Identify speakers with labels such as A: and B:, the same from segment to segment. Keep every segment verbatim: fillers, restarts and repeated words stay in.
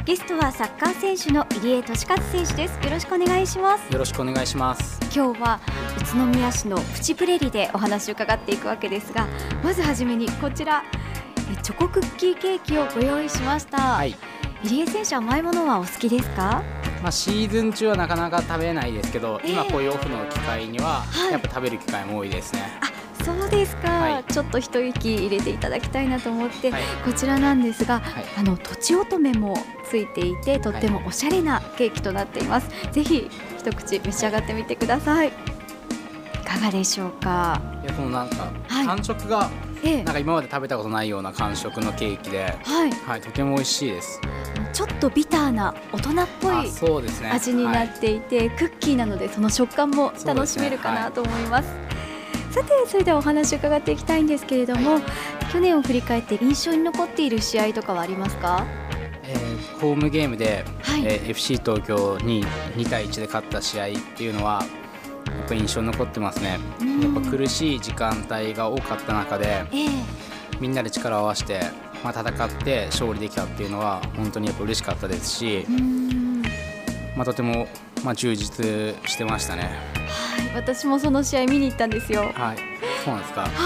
A: ゲストはサッカー選手の入江利和選手です。よろしくお願いします。
B: よろしくお願いします。
A: 今日は宇都宮市のプチプレリでお話を伺っていくわけですが、まずはじめにこちらチョコクッキーケーキをご用意しました、はい、入江選手、甘いものはお好きですか？
B: まあ、シーズン中はなかなか食べれないですけど、えー、今こういうオフの機会にはやっぱ食べる機会も多いですね、
A: はい、そうですか、はい、ちょっと一息入れていただきたいなと思って、はい、こちらなんですが、はい、あのとちおとめもついていてとってもおしゃれなケーキとなっています、はい、ぜひ一口召し上がってみてください、はい、いかがでしょうか？
B: いや、このなんか感触が、なんか今まで食べたことないような感触のケーキで、はいはい、とても美味しいです。
A: ちょっとビターな大人っぽい味になっていて、ね、はい、クッキーなのでその食感も楽しめるかなと思います。さて、それではお話を伺っていきたいんですけれども、はい、去年を振り返って印象に残っている試合とかはありますか？
B: えー、ホームゲームで、はい、えー、エフシー 東京ににたいいちで勝った試合っていうのはやっぱ印象に残ってますね。やっぱ苦しい時間帯が多かった中で、えー、みんなで力を合わせて、まあ、戦って勝利できたっていうのは本当にやっぱ嬉しかったですし、まあ、とても、まあ、充実してましたね。
A: はい、私もその試合見に行ったんですよ。
B: はい、そうなんですか。
A: はい、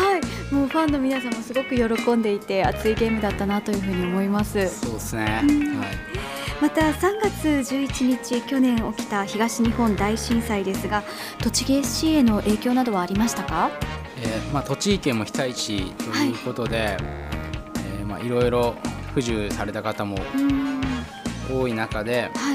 A: もうファンの皆さんもすごく喜んでいて熱いゲームだったなというふうに思います。
B: そうですね、はい、
A: またさんがつじゅういちにち、去年起きた東日本大震災ですが、栃木 エスシー への影響などはありましたか？
B: えーまあ、栃木県も被災地ということで、はい、えーまあ、いろいろ不自由された方も多い中で、はい、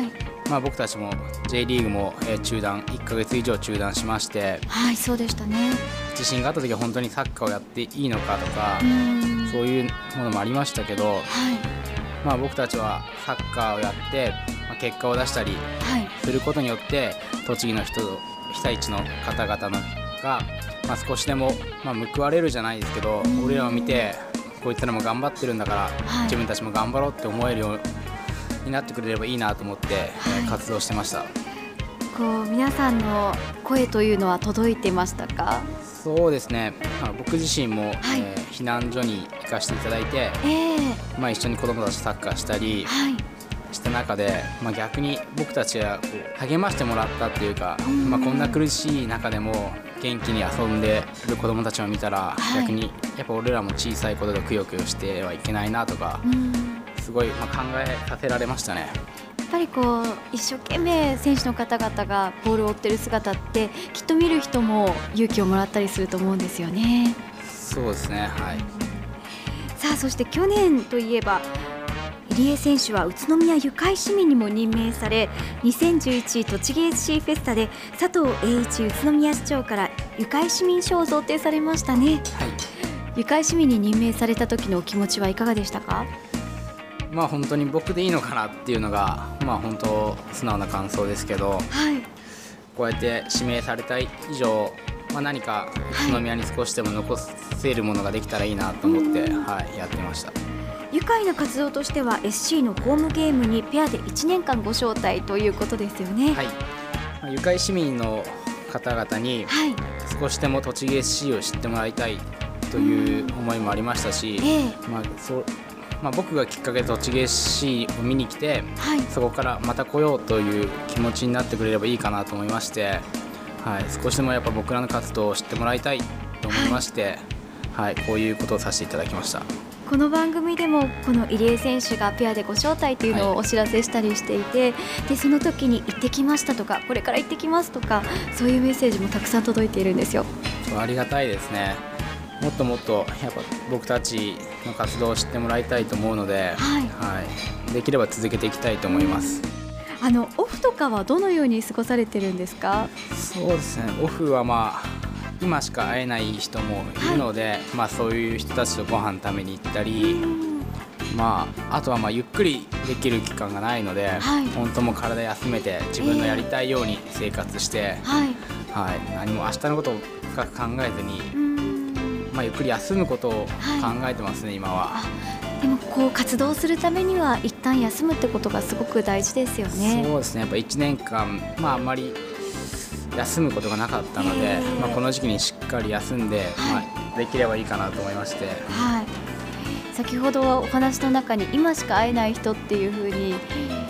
B: まあ、僕たちも ジェイ リーグも中断いっかげつ以上中断しまして、
A: はい、そうでしたね。
B: 地震があった時は本当にサッカーをやっていいのかとか、そういうものもありましたけど、はい、まあ、僕たちはサッカーをやって、まあ、結果を出したりすることによって、はい、栃木の人、被災地の方々のが、まあ、少しでも、まあ、報われるじゃないですけど、俺らを見てこいつらも頑張ってるんだから、はい、自分たちも頑張ろうって思えるようになってくれればいいなと思って、はい、活動してました。
A: こう皆さんの声というのは届いてましたか？
B: そうですね、まあ、僕自身も、はい、えー、避難所に行かせていただいて、えーまあ、一緒に子どもたちサッカーしたりした中で、はい、まあ、逆に僕たちがこう励ましてもらったっていうか、まあ、こんな苦しい中でも元気に遊んでる子どもたちを見たら、はい、逆にやっぱ俺らも小さいことでくよくよしてはいけないなとか、すごい、まあ、考えさせられましたね。
A: やっぱりこう一生懸命選手の方々がボールを追ってる姿ってきっと見る人も勇気をもらったりすると思うんですよね。
B: そうですね、はい。
A: さあ、そして去年といえば入江選手は宇都宮ゆかい市民にも任命され、にせんじゅういち栃木 エスシー フェスタで佐藤栄一宇都宮市長からゆかい市民賞を贈呈されましたね、はい、ゆかい市民に任命された時のお気持ちはいかがでしたか？
B: まあ、本当に僕でいいのかなっていうのが、まあ、本当素直な感想ですけど、はい、こうやって指名された以上、まあ、何か宇都宮に少しでも残せるものができたらいいなと思って、はい、やってました。
A: 愉快な活動としては エスシー のホームゲームにペアでいちねんかんご招待ということですよね。はい、ま
B: あ、ゆかい市民の方々に少しでも栃木 エスシー を知ってもらいたいという思いもありましたし、えーまあそうまあ、僕がきっかけで栃木 エスシー を見に来て、はい、そこからまた来ようという気持ちになってくれればいいかなと思いまして、はい、少しでもやっぱ僕らの活動を知ってもらいたいと思いまして、はいはい、こういうことをさせていただきました。
A: この番組でもこの入江選手がペアでご招待というのをお知らせしたりしていて、はい、でその時に行ってきましたとかこれから行ってきますとかそういうメッセージもたくさん届いているんですよ。
B: ありがたいですね。もっともっとやっぱ僕たちの活動を知ってもらいたいと思うので、はいはい、できれば続けていきたいと思います。
A: あのオフとかはどのように過ごされてるんですか？
B: そうですね、オフはまあ今しか会えない人もいるので、はい、まあ、そういう人たちとご飯食べに行ったり、まあ、あとはまあゆっくりできる期間がないので、はい、本当も体休めて自分のやりたいように生活して、えーはいはい、何も明日のことを深く考えずに、まあ、ゆっくり休むことを考えてますね、はい、今は。
A: でもこう活動するためには一旦休むってことがすごく大事ですよね。
B: そうですね、やっぱいちねんかん、まあ、あんまり休むことがなかったので、まあ、この時期にしっかり休んで、はい、まあ、できればいいかなと思いまして、
A: はい、先ほどお話の中に今しか会えない人っていうふうに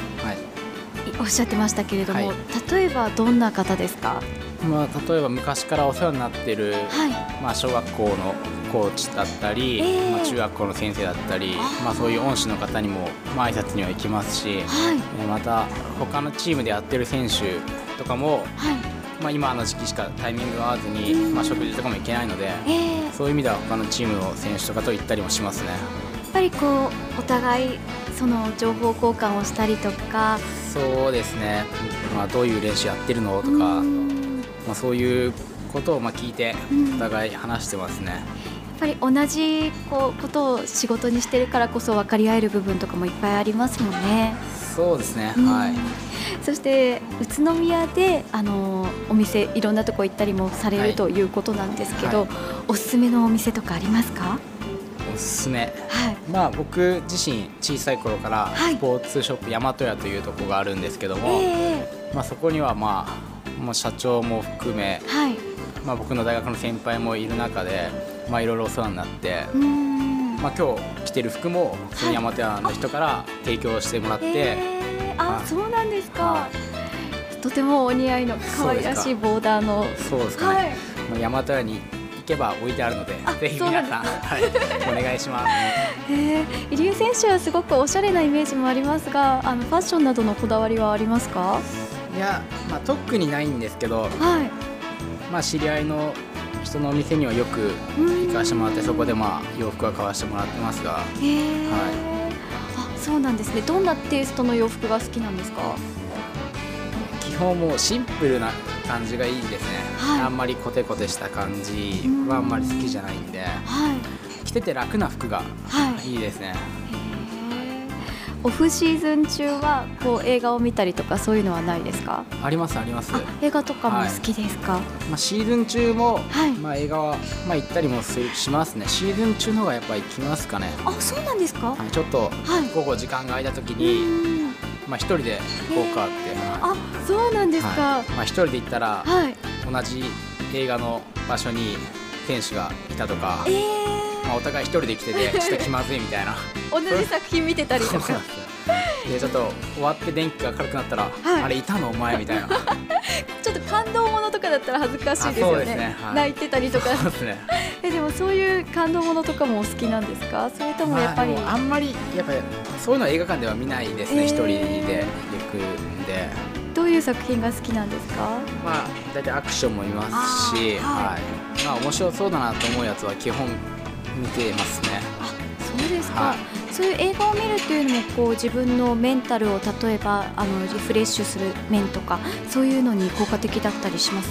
A: おっしゃってましたけれども、
B: はい、
A: 例えばどんな方ですか？
B: まあ、例えば昔からお世話になっている、はい、まあ、小学校のコーチだったり、えーまあ、中学校の先生だったり、まあ、そういう恩師の方にも、まあ、挨拶には行きますし、はい、また他のチームでやってる選手とかも、はい、まあ、今の時期しかタイミングが合わずに、まあ、食事とかも行けないので、えー、そういう意味では他のチームの選手とかと行ったりもしますね。や
A: っぱりこうお互いその情報交換をしたりとか。
B: そうですね、まあ、どういう練習やってるのとか、まあ、そういうことをまあ聞いてお互い話してますね。やっ
A: ぱり同じこうことを仕事にしてるからこそ分かり合える部分とかもいっぱいありますもんね。
B: そうですね、はい。
A: そして宇都宮であのお店いろんなとこ行ったりもされる、はい、ということなんですけど、はい、おすすめのお店とかありますか？
B: おすすめ、はい、まあ、僕自身小さい頃からスポーツショップ、はい、大和屋というところがあるんですけども、えーまあ、そこには、まあ、もう社長も含め、はい、まあ、僕の大学の先輩もいる中で、まあ、いろいろお世話になって、うーん、まあ、今日着てる服もその大和屋の人から提供してもらって、はい、
A: えー、あ、そうなんですか、はい、とてもお似合いの可愛らしいボーダーの。
B: そうですかね、はい、まあ、大和屋に行けば置いてあるので、ぜひ皆さん、はい、お願いします。
A: えー、入江選手はすごくおしゃれなイメージもありますが、あのファッションなどのこだわりはありますか？
B: いや、まあ、特にないんですけど、はい、まあ、知り合いの人のお店にはよく行かせてもらって、そこでまあ洋服は買わせてもらってますが、
A: えーはい、あ、そうなんですね。どんなテイストの洋服が好きなんですか？
B: 基本もうシンプルな感じがいいですね、はい、あんまりコテコテした感じはあんまり好きじゃないんで、はい、着てて楽な服がいいですね、はい。
A: オフシーズン中はこう映画を見たりとかそういうのはないですか？
B: ありますあります。
A: 映画とかも好きですか？はい、
B: まあ、シーズン中も、はい、まあ、映画は、まあ、行ったりもするしますね。シーズン中の方がやっぱり行きますかね。
A: あ、そうなんですか？はい、
B: ちょっと午後時間が空いた時に、まあ、一人で行こうかって。
A: あ、そうなんですか。はい、
B: まあ、一人で行ったら、はい、同じ映画の場所に選手がいたとか、えーまあ、お互い一人で来ててちょっと気まずいみたいな
A: 同じ作品見てたりとか
B: でちょっと終わって電気が明るくなったら、はい、あれいたのお前みたいな
A: ちょっと感動ものとかだったら恥ずかしいですよ ね, ですね、はい、泣いてたりとか。そうですねえでもそういう感動ものとかもお好きなんですか？それともやっぱり、
B: まあ、あんまりやっぱりそういうのは映画館では見ないですね、えー、一人で行くんで。
A: どういう作品が好きなんですか？
B: まあ大体アクションも見ますし、はい、まあ面白そうだなと思うやつは基本見てますね。
A: あ、そうですか、はい、そういう映画を見るっていうのもこう自分のメンタルを例えばあのリフレッシュする面とかそういうのに効果的だったりします？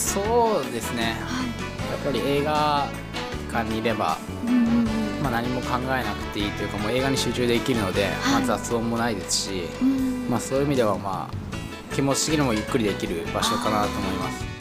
B: そうですね、はい、やっぱり映画館にいれば、うんうんうん、まあ、何も考えなくていいというかもう映画に集中できるので、はい、まあ、雑音もないですし、うん、まあ、そういう意味ではまあ気持ち的にもゆっくりできる場所かなと思います。